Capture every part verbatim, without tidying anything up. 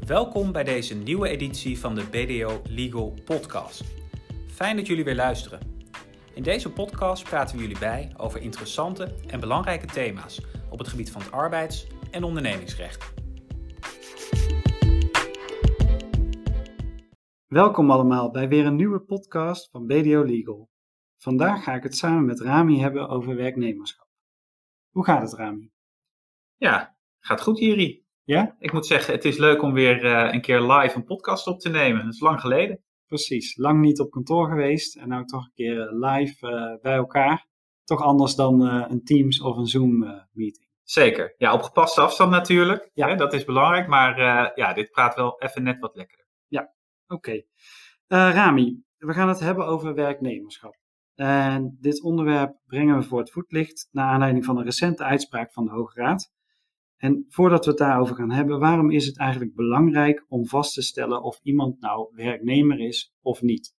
Welkom bij deze nieuwe editie van de B D O Legal Podcast. Fijn dat jullie weer luisteren. In deze podcast praten we jullie bij over interessante en belangrijke thema's op het gebied van het arbeids- en ondernemingsrecht. Welkom allemaal bij weer een nieuwe podcast van B D O Legal. Vandaag ga ik het samen met Rami hebben over werknemerschap. Hoe gaat het, Rami? Ja, gaat goed, Jiri. Ja? Ik moet zeggen, het is leuk om weer uh, een keer live een podcast op te nemen. Dat is lang geleden. Precies, lang niet op kantoor geweest en nou toch een keer live uh, bij elkaar. Toch anders dan uh, een Teams of een Zoom uh, meeting. Zeker, ja, op gepaste afstand natuurlijk. Ja. Hè, dat is belangrijk, maar uh, ja, dit praat wel even net wat lekkerder. Ja, oké. Okay. Uh, Rami, we gaan het hebben over werknemerschap. En dit onderwerp brengen we voor het voetlicht naar aanleiding van een recente uitspraak van de Hoge Raad. En voordat we het daarover gaan hebben, waarom is het eigenlijk belangrijk om vast te stellen of iemand nou werknemer is of niet?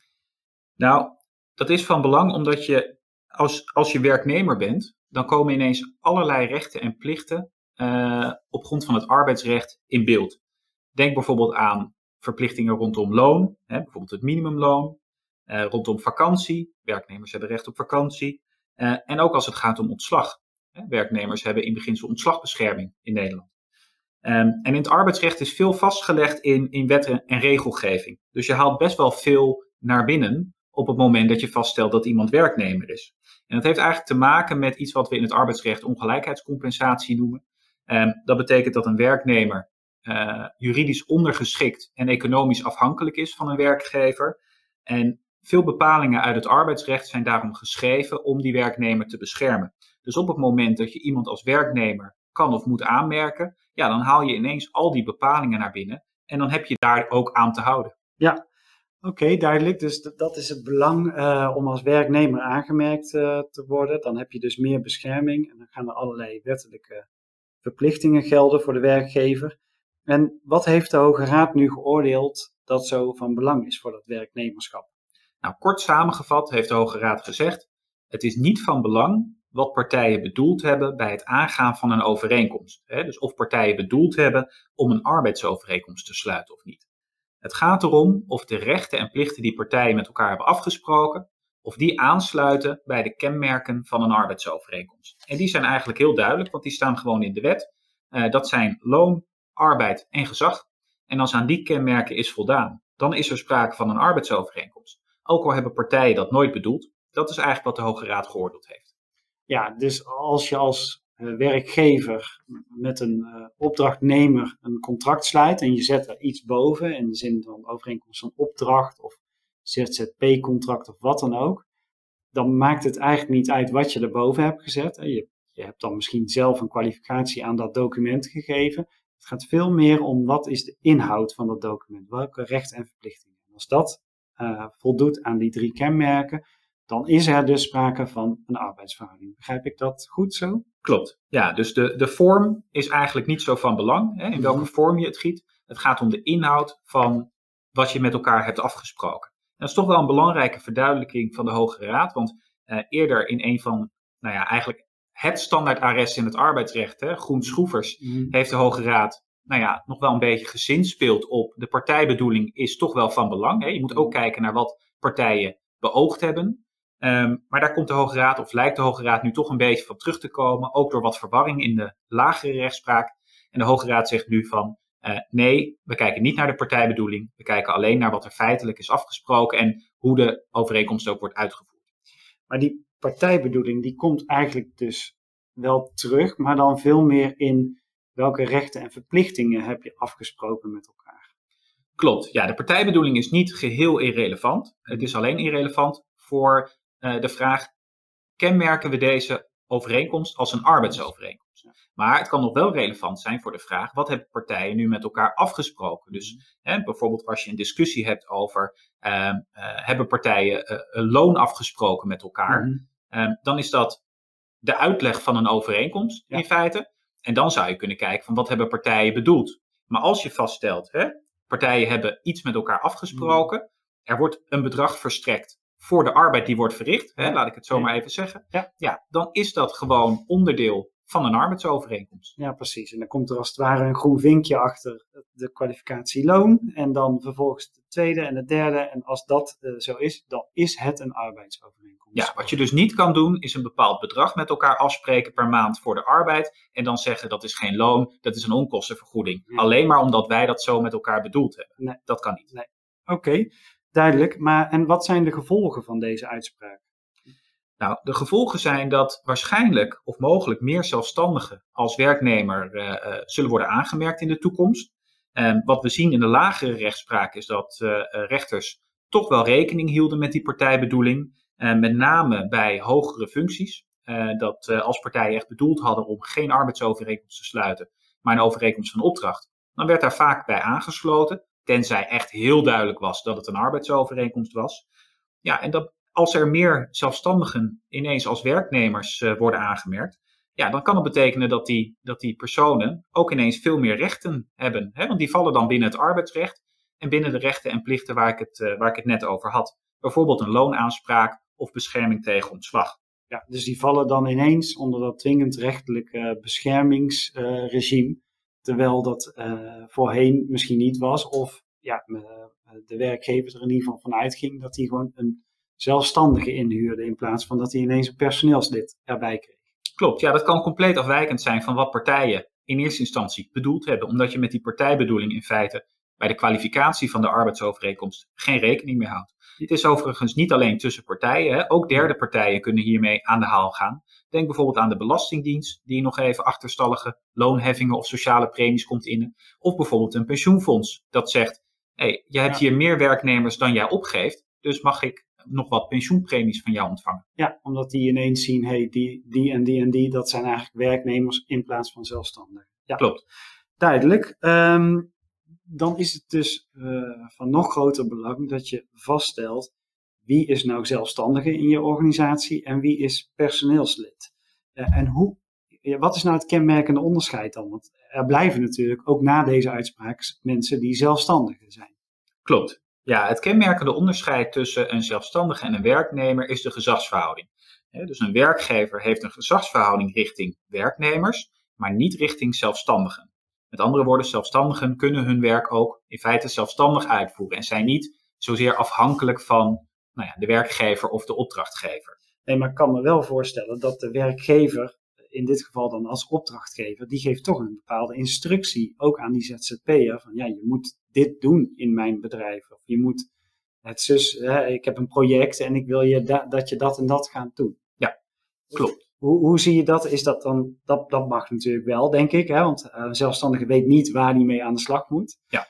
Nou, dat is van belang omdat je, als, als je werknemer bent, dan komen ineens allerlei rechten en plichten uh, op grond van het arbeidsrecht in beeld. Denk bijvoorbeeld aan verplichtingen rondom loon, hè, bijvoorbeeld het minimumloon, uh, rondom vakantie, werknemers hebben recht op vakantie, uh, en ook als het gaat om ontslag. Werknemers hebben in beginsel ontslagbescherming in Nederland. Um, en in het arbeidsrecht is veel vastgelegd in, in wet en regelgeving. Dus je haalt best wel veel naar binnen op het moment dat je vaststelt dat iemand werknemer is. En dat heeft eigenlijk te maken met iets wat we in het arbeidsrecht ongelijkheidscompensatie noemen. Um, dat betekent dat een werknemer uh, juridisch ondergeschikt en economisch afhankelijk is van een werkgever. En veel bepalingen uit het arbeidsrecht zijn daarom geschreven om die werknemer te beschermen. Dus op het moment dat je iemand als werknemer kan of moet aanmerken, ja, dan haal je ineens al die bepalingen naar binnen en dan heb je daar ook aan te houden. Ja, oké, okay, duidelijk. Dus d- dat is het belang uh, om als werknemer aangemerkt uh, te worden. Dan heb je dus meer bescherming en dan gaan er allerlei wettelijke verplichtingen gelden voor de werkgever. En wat heeft de Hoge Raad nu geoordeeld dat zo van belang is voor dat werknemerschap? Nou, kort samengevat heeft de Hoge Raad gezegd, het is niet van belang wat partijen bedoeld hebben bij het aangaan van een overeenkomst. Hè? Dus of partijen bedoeld hebben om een arbeidsovereenkomst te sluiten of niet. Het gaat erom of de rechten en plichten die partijen met elkaar hebben afgesproken, of die aansluiten bij de kenmerken van een arbeidsovereenkomst. En die zijn eigenlijk heel duidelijk, want die staan gewoon in de wet. Uh, dat zijn loon, arbeid en gezag. En als aan die kenmerken is voldaan, dan is er sprake van een arbeidsovereenkomst. Ook al hebben partijen dat nooit bedoeld, dat is eigenlijk wat de Hoge Raad geoordeeld heeft. Ja, dus als je als uh, werkgever met een uh, opdrachtnemer een contract sluit en je zet er iets boven, in de zin van overeenkomst van opdracht of Z Z P-contract of wat dan ook, dan maakt het eigenlijk niet uit wat je erboven hebt gezet. Je, je hebt dan misschien zelf een kwalificatie aan dat document gegeven. Het gaat veel meer om wat is de inhoud van dat document, welke rechten en verplichtingen. Als dat uh, voldoet aan die drie kenmerken, dan is er dus sprake van een arbeidsverhouding. Begrijp ik dat goed zo? Klopt. Ja, dus de, de vorm is eigenlijk niet zo van belang, hè, in welke mm-hmm. vorm je het giet. Het gaat om de inhoud van wat je met elkaar hebt afgesproken. En dat is toch wel een belangrijke verduidelijking van de Hoge Raad, want uh, eerder in een van, nou ja, eigenlijk het standaardarrest in het arbeidsrecht, hè, Groen Schroevers, mm-hmm. heeft de Hoge Raad, nou ja, nog wel een beetje gezinspeeld op de partijbedoeling is toch wel van belang. Hè. Je moet ook kijken naar wat partijen beoogd hebben. Um, maar daar komt de Hoge Raad, of lijkt de Hoge Raad nu toch een beetje van terug te komen, ook door wat verwarring in de lagere rechtspraak. En de Hoge Raad zegt nu van, uh, nee, we kijken niet naar de partijbedoeling, we kijken alleen naar wat er feitelijk is afgesproken en hoe de overeenkomst ook wordt uitgevoerd. Maar die partijbedoeling, die komt eigenlijk dus wel terug, maar dan veel meer in welke rechten en verplichtingen heb je afgesproken met elkaar. Klopt, ja, de partijbedoeling is niet geheel irrelevant, het is alleen irrelevant voor Uh, de vraag, kenmerken we deze overeenkomst als een arbeidsovereenkomst? Maar het kan nog wel relevant zijn voor de vraag, wat hebben partijen nu met elkaar afgesproken? Dus hè, bijvoorbeeld als je een discussie hebt over, uh, uh, hebben partijen uh, een loon afgesproken met elkaar? Mm-hmm. Uh, dan is dat de uitleg van een overeenkomst ja. in feite. En dan zou je kunnen kijken van wat hebben partijen bedoeld? Maar als je vaststelt, hè, partijen hebben iets met elkaar afgesproken, mm-hmm. er wordt een bedrag verstrekt voor de arbeid die wordt verricht, hè, laat ik het zo ja. maar even zeggen, ja. Ja, dan is dat gewoon onderdeel van een arbeidsovereenkomst. Ja, precies. En dan komt er als het ware een groen vinkje achter de kwalificatie loon. En dan vervolgens de tweede en de derde. En als dat uh, zo is, dan is het een arbeidsovereenkomst. Ja, wat je dus niet kan doen, is een bepaald bedrag met elkaar afspreken per maand voor de arbeid. En dan zeggen dat is geen loon, dat is een onkostenvergoeding. Ja. Alleen maar omdat wij dat zo met elkaar bedoeld hebben. Nee. Dat kan niet. Nee. Oké, okay, duidelijk. Maar en wat zijn de gevolgen van deze uitspraak? Nou, de gevolgen zijn dat waarschijnlijk of mogelijk meer zelfstandigen als werknemer uh, uh, zullen worden aangemerkt in de toekomst. Um, wat we zien in de lagere rechtspraak is dat uh, uh, rechters toch wel rekening hielden met die partijbedoeling. Uh, met name bij hogere functies. Uh, dat uh, als partijen echt bedoeld hadden om geen arbeidsovereenkomst te sluiten, maar een overeenkomst van opdracht, dan werd daar vaak bij aangesloten. Tenzij echt heel duidelijk was dat het een arbeidsovereenkomst was. Ja, en dat als er meer zelfstandigen ineens als werknemers uh, worden aangemerkt, ja, dan kan het betekenen dat die, dat die personen ook ineens veel meer rechten hebben. Hè? Want die vallen dan binnen het arbeidsrecht en binnen de rechten en plichten waar ik het, uh, waar ik het net over had. Bijvoorbeeld een loonaanspraak of bescherming tegen ontslag. Ja, dus die vallen dan ineens onder dat dwingend rechtelijk uh, beschermingsregime, uh, terwijl dat uh, voorheen misschien niet was. Of ja, uh, de werkgever er in ieder geval van uitging dat hij gewoon een zelfstandige inhuurde in plaats van dat hij ineens een personeelslid erbij kreeg. Klopt, ja, dat kan compleet afwijkend zijn van wat partijen in eerste instantie bedoeld hebben, omdat je met die partijbedoeling in feite bij de kwalificatie van de arbeidsovereenkomst geen rekening meer houdt. Het is overigens niet alleen tussen partijen, hè. Ook derde partijen kunnen hiermee aan de haal gaan. Denk bijvoorbeeld aan de Belastingdienst, die nog even achterstallige loonheffingen of sociale premies komt innen. Of bijvoorbeeld een pensioenfonds dat zegt, hé, hey, jij hebt ja. hier meer werknemers dan jij opgeeft, dus mag ik nog wat pensioenpremies van jou ontvangen. Ja, omdat die ineens zien, hey, die, die en die en die, dat zijn eigenlijk werknemers in plaats van zelfstandigen. Ja. Klopt. Duidelijk. Um, dan is het dus uh, van nog groter belang dat je vaststelt wie is nou zelfstandige in je organisatie en wie is personeelslid. Uh, en hoe, ja, wat is nou het kenmerkende onderscheid dan? Want er blijven natuurlijk ook na deze uitspraak mensen die zelfstandigen zijn. Klopt. Ja, het kenmerkende onderscheid tussen een zelfstandige en een werknemer is de gezagsverhouding. He, dus een werkgever heeft een gezagsverhouding richting werknemers, maar niet richting zelfstandigen. Met andere woorden, zelfstandigen kunnen hun werk ook in feite zelfstandig uitvoeren en zijn niet zozeer afhankelijk van nou ja, de werkgever of de opdrachtgever. Nee, maar ik kan me wel voorstellen dat de werkgever, in dit geval dan als opdrachtgever, die geeft toch een bepaalde instructie, ook aan die Z Z P'er, van ja, je moet dit doen in mijn bedrijf. Of je moet het zus, hè, ik heb een project en ik wil je da- dat je dat en dat gaat doen. Ja, klopt. Hoe, hoe zie je dat? Is dat dan, dat, dat mag natuurlijk wel, denk ik, hè? Want een zelfstandige weet niet waar hij mee aan de slag moet. Ja.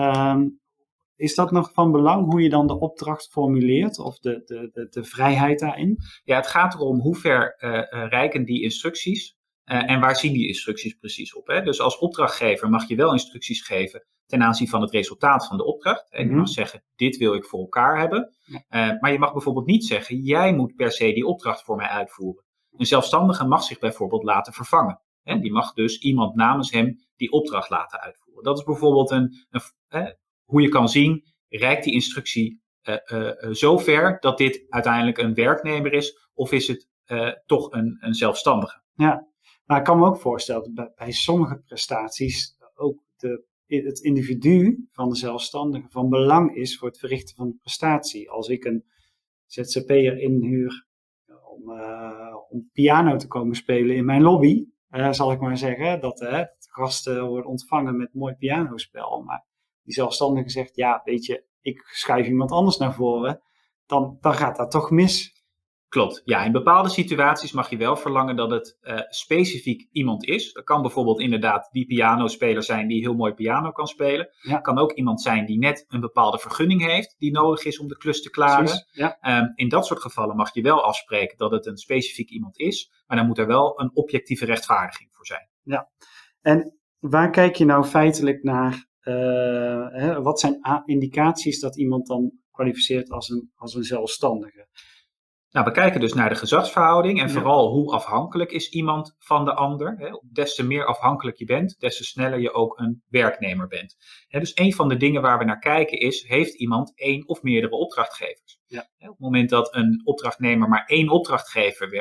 Um, is dat nog van belang, hoe je dan de opdracht formuleert of de, de, de, de vrijheid daarin? Ja, het gaat erom hoe ver uh, uh, reiken die instructies uh, en waar zien die instructies precies op. Hè? Dus als opdrachtgever mag je wel instructies geven ten aanzien van het resultaat van de opdracht. En je mag zeggen, dit wil ik voor elkaar hebben. Uh, maar je mag bijvoorbeeld niet zeggen, jij moet per se die opdracht voor mij uitvoeren. Een zelfstandige mag zich bijvoorbeeld laten vervangen. Hè? Die mag dus iemand namens hem die opdracht laten uitvoeren. Dat is bijvoorbeeld een, een eh, hoe je kan zien, reikt die instructie uh, uh, uh, zo ver dat dit uiteindelijk een werknemer is, of is het uh, toch een, een zelfstandige? Ja, maar ik kan me ook voorstellen dat bij, bij sommige prestaties ook de, het individu van de zelfstandige van belang is voor het verrichten van de prestatie. Als ik een Z Z P'er inhuur om, uh, om piano te komen spelen in mijn lobby, uh, zal ik maar zeggen, dat uh, gasten worden ontvangen met mooi pianospel, maar die zelfstandige zegt, ja, weet je, ik schuif iemand anders naar voren, dan, dan gaat dat toch mis. Klopt. Ja, in bepaalde situaties mag je wel verlangen dat het uh, specifiek iemand is. Dat kan bijvoorbeeld inderdaad die pianospeler zijn die heel mooi piano kan spelen. Het ja. kan ook iemand zijn die net een bepaalde vergunning heeft die nodig is om de klus te klaren. Precies, ja. um, in dat soort gevallen mag je wel afspreken dat het een specifiek iemand is, maar dan moet er wel een objectieve rechtvaardiging voor zijn. Ja, en waar kijk je nou feitelijk naar? Uh, hè, wat zijn a- indicaties dat iemand dan kwalificeert als een, als een zelfstandige? Nou, we kijken dus naar de gezagsverhouding en ja. vooral hoe afhankelijk is iemand van de ander. Hè? Des te meer afhankelijk je bent, des te sneller je ook een werknemer bent. Hè, dus een van de dingen waar we naar kijken is, heeft iemand één of meerdere opdrachtgevers? Ja. Hè, op het moment dat een opdrachtnemer maar één opdrachtgever werkt,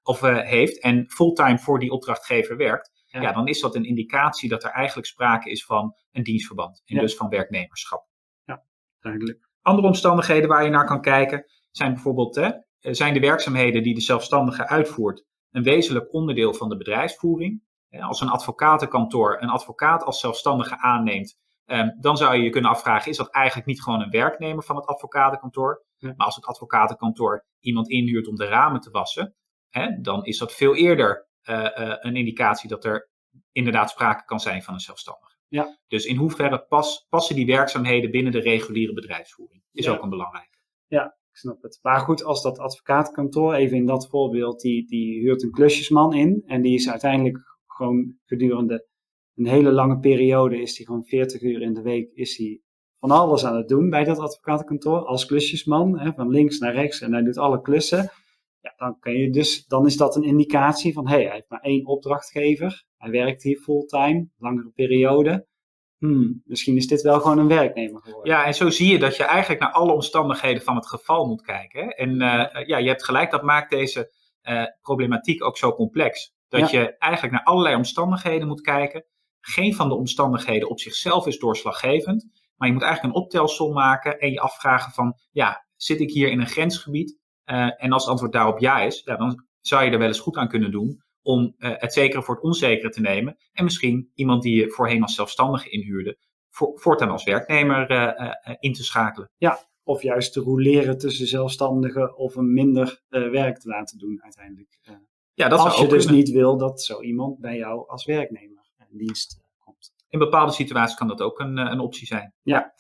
of uh, heeft en fulltime voor die opdrachtgever werkt, Ja. ja, dan is dat een indicatie dat er eigenlijk sprake is van een dienstverband en Ja. dus van werknemerschap. Duidelijk. Andere omstandigheden waar je naar kan kijken zijn bijvoorbeeld, hè, zijn de werkzaamheden die de zelfstandige uitvoert een wezenlijk onderdeel van de bedrijfsvoering. Als een advocatenkantoor een advocaat als zelfstandige aanneemt, um, dan zou je je kunnen afvragen, is dat eigenlijk niet gewoon een werknemer van het advocatenkantoor? Ja. Maar als het advocatenkantoor iemand inhuurt om de ramen te wassen, hè, dan is dat veel eerder uh, uh, een indicatie dat er inderdaad sprake kan zijn van een zelfstandige. Ja. Dus in hoeverre pas, passen die werkzaamheden binnen de reguliere bedrijfsvoering? Is Ja. ook een belangrijke. Ja, ik snap het. Maar goed, als dat advocatenkantoor, even in dat voorbeeld, die, die huurt een klusjesman in. En die is uiteindelijk gewoon gedurende een hele lange periode, is die gewoon veertig uur in de week, is hij van alles aan het doen bij dat advocatenkantoor. Als klusjesman, hè, van links naar rechts en hij doet alle klussen. Ja, dan, kan je dus, dan is dat een indicatie van, hé, hey, hij heeft maar één opdrachtgever. Hij werkt hier fulltime, langere periode. Hmm, misschien is dit wel gewoon een werknemer geworden. Ja, en zo zie je dat je eigenlijk naar alle omstandigheden van het geval moet kijken. Hè? En uh, ja, je hebt gelijk, dat maakt deze uh, problematiek ook zo complex. Dat Ja. je eigenlijk naar allerlei omstandigheden moet kijken. Geen van de omstandigheden op zichzelf is doorslaggevend. Maar je moet eigenlijk een optelsom maken en je afvragen van, ja, zit ik hier in een grensgebied? Uh, en als het antwoord daarop ja is, ja, dan zou je er wel eens goed aan kunnen doen om uh, het zekere voor het onzekere te nemen. En misschien iemand die je voorheen als zelfstandige inhuurde, voor, voortaan als werknemer uh, uh, in te schakelen. Ja, of juist te roleren tussen zelfstandigen of een minder uh, werk te laten doen uiteindelijk. Uh, ja, dat als zou je ook dus kunnen. niet wil dat zo iemand bij jou als werknemer in dienst uh, komt. In bepaalde situaties kan dat ook een, uh, een optie zijn. Ja.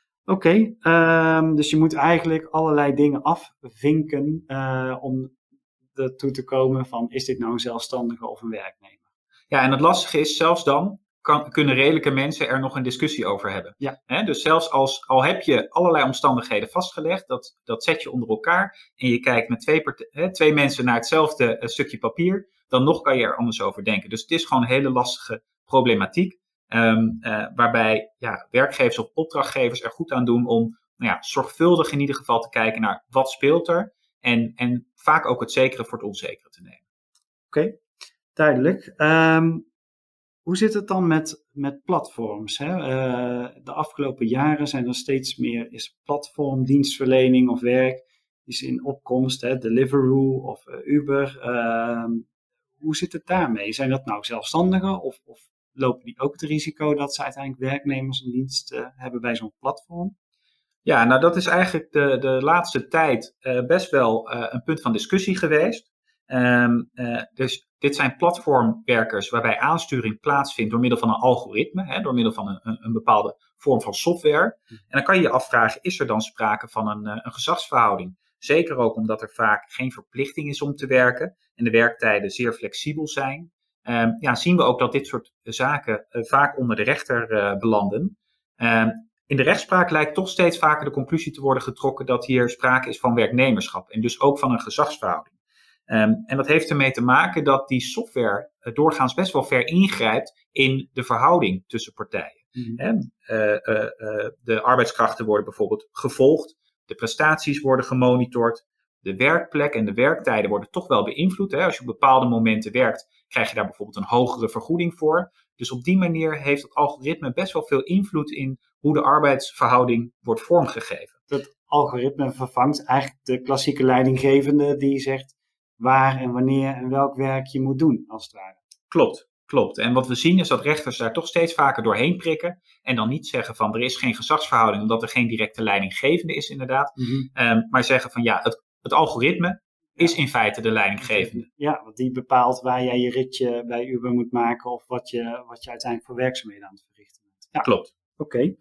Oké, okay, um, dus je moet eigenlijk allerlei dingen afvinken uh, om ertoe te komen van, is dit nou een zelfstandige of een werknemer? Ja, en het lastige is, zelfs dan kan, kunnen redelijke mensen er nog een discussie over hebben. Ja. He, dus zelfs als, al heb je allerlei omstandigheden vastgelegd, dat, dat zet je onder elkaar en je kijkt met twee, part- he, twee mensen naar hetzelfde uh, stukje papier, dan nog kan je er anders over denken. Dus het is gewoon een hele lastige problematiek. Um, uh, waarbij ja, werkgevers of opdrachtgevers er goed aan doen om nou ja, zorgvuldig in ieder geval te kijken naar wat speelt er. En, en vaak ook het zekere voor het onzekere te nemen. Oké, okay, duidelijk. Um, hoe zit het dan met, met platforms? Hè? Uh, de afgelopen jaren zijn er steeds meer, is platformdienstverlening of werk is in opkomst, hè? Deliveroo of uh, Uber. Uh, hoe zit het daarmee? Zijn dat nou zelfstandigen of, of lopen die ook het risico dat ze uiteindelijk werknemers in dienst uh, hebben bij zo'n platform? Ja, nou dat is eigenlijk de, de laatste tijd uh, best wel uh, een punt van discussie geweest. Um, uh, dus dit zijn platformwerkers waarbij aansturing plaatsvindt door middel van een algoritme, hè, door middel van een, een, een bepaalde vorm van software. En dan kan je je afvragen, is er dan sprake van een, een gezagsverhouding? Zeker ook omdat er vaak geen verplichting is om te werken en de werktijden zeer flexibel zijn. Um, ja, zien we ook dat dit soort zaken uh, vaak onder de rechter uh, belanden. Um, in de rechtspraak lijkt toch steeds vaker de conclusie te worden getrokken dat hier sprake is van werknemerschap en dus ook van een gezagsverhouding. Um, en dat heeft ermee te maken dat die software uh, doorgaans best wel ver ingrijpt in de verhouding tussen partijen. Mm-hmm. En, uh, uh, uh, de arbeidskrachten worden bijvoorbeeld gevolgd, de prestaties worden gemonitord, de werkplek en de werktijden worden toch wel beïnvloed. Hè? Als je op bepaalde momenten werkt, krijg je daar bijvoorbeeld een hogere vergoeding voor. Dus op die manier heeft het algoritme best wel veel invloed in hoe de arbeidsverhouding wordt vormgegeven. Het algoritme vervangt eigenlijk de klassieke leidinggevende die zegt waar en wanneer en welk werk je moet doen, als het ware. Klopt, klopt. En wat we zien is dat rechters daar toch steeds vaker doorheen prikken en dan niet zeggen van er is geen gezagsverhouding omdat er geen directe leidinggevende is inderdaad. Mm-hmm. Um, maar zeggen van ja, het, het algoritme is in feite de leidinggevende. Ja, want die bepaalt waar jij je ritje bij Uber moet maken of wat je, wat je uiteindelijk voor werkzaamheden aan het verrichten bent. Ja. Klopt. Oké. Okay.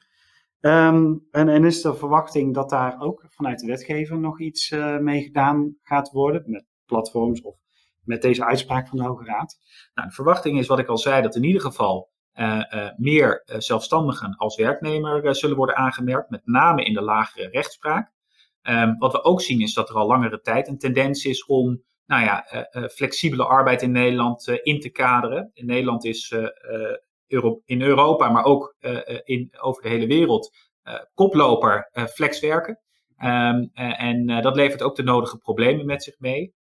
Um, en, en is de verwachting dat daar ook vanuit de wetgever nog iets uh, mee gedaan gaat worden met platforms of met deze uitspraak van de Hoge Raad? Nou, de verwachting is wat ik al zei, dat in ieder geval uh, uh, meer uh, zelfstandigen als werknemer uh, zullen worden aangemerkt, met name in de lagere rechtspraak. Um, wat we ook zien is dat er al langere tijd een tendens is om nou ja, uh, uh, flexibele arbeid in Nederland uh, in te kaderen. In Nederland is uh, uh, Euro- in Europa, maar ook uh, in, over de hele wereld, uh, koploper uh, flexwerken. Um, uh, en uh, dat levert ook de nodige problemen met zich mee.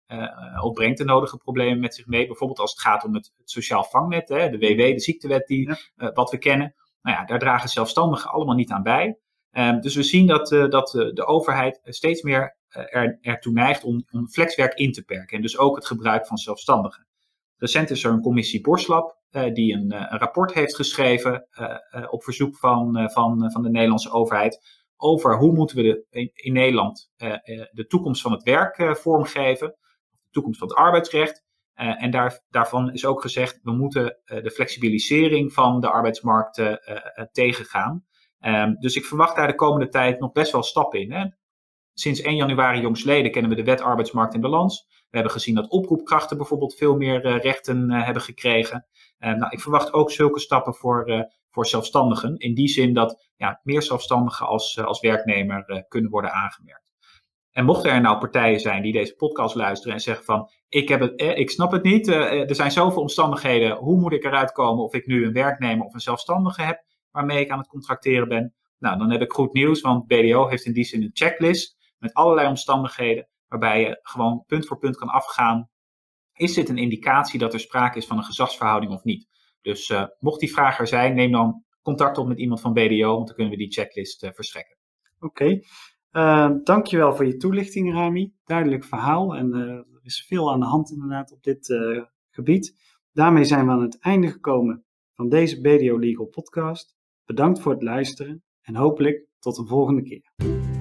uh, of brengt de nodige problemen met zich mee. Bijvoorbeeld als het gaat om het, het sociaal vangnet, hè, de W W, de ziektewet die, ja. uh, wat we kennen. Nou ja, daar dragen zelfstandigen allemaal niet aan bij. Um, dus we zien dat, uh, dat uh, de overheid steeds meer uh, er, ertoe neigt om, om flexwerk in te perken. En dus ook het gebruik van zelfstandigen. Recent is er een commissie Borslab uh, die een, uh, een rapport heeft geschreven uh, uh, op verzoek van, uh, van, uh, van de Nederlandse overheid over hoe moeten we de, in, in Nederland uh, uh, de toekomst van het werk uh, vormgeven, de toekomst van het arbeidsrecht. Uh, en daar, daarvan is ook gezegd, we moeten uh, de flexibilisering van de arbeidsmarkt uh, uh, tegengaan. Um, dus ik verwacht daar de komende tijd nog best wel stappen in. Hè. Sinds één januari jongstleden kennen we de wet arbeidsmarkt in balans. We hebben gezien dat oproepkrachten bijvoorbeeld veel meer uh, rechten uh, hebben gekregen. Uh, nou, ik verwacht ook zulke stappen voor, uh, voor zelfstandigen. In die zin dat ja, meer zelfstandigen als, uh, als werknemer uh, kunnen worden aangemerkt. En mochten er nou partijen zijn die deze podcast luisteren en zeggen van, ik, heb het, eh, ik snap het niet, uh, er zijn zoveel omstandigheden, hoe moet ik eruit komen of ik nu een werknemer of een zelfstandige heb waarmee ik aan het contracteren ben? Nou, dan heb ik goed nieuws, want B D O heeft in die zin een checklist met allerlei omstandigheden waarbij je gewoon punt voor punt kan afgaan. Is dit een indicatie dat er sprake is van een gezagsverhouding of niet? Dus uh, mocht die vraag er zijn, neem dan contact op met iemand van B D O, want dan kunnen we die checklist uh, verstrekken. Oké, okay. uh, dankjewel voor je toelichting, Rami. Duidelijk verhaal en uh, er is veel aan de hand inderdaad op dit uh, gebied. Daarmee zijn we aan het einde gekomen van deze B D O Legal podcast. Bedankt voor het luisteren en hopelijk tot een volgende keer.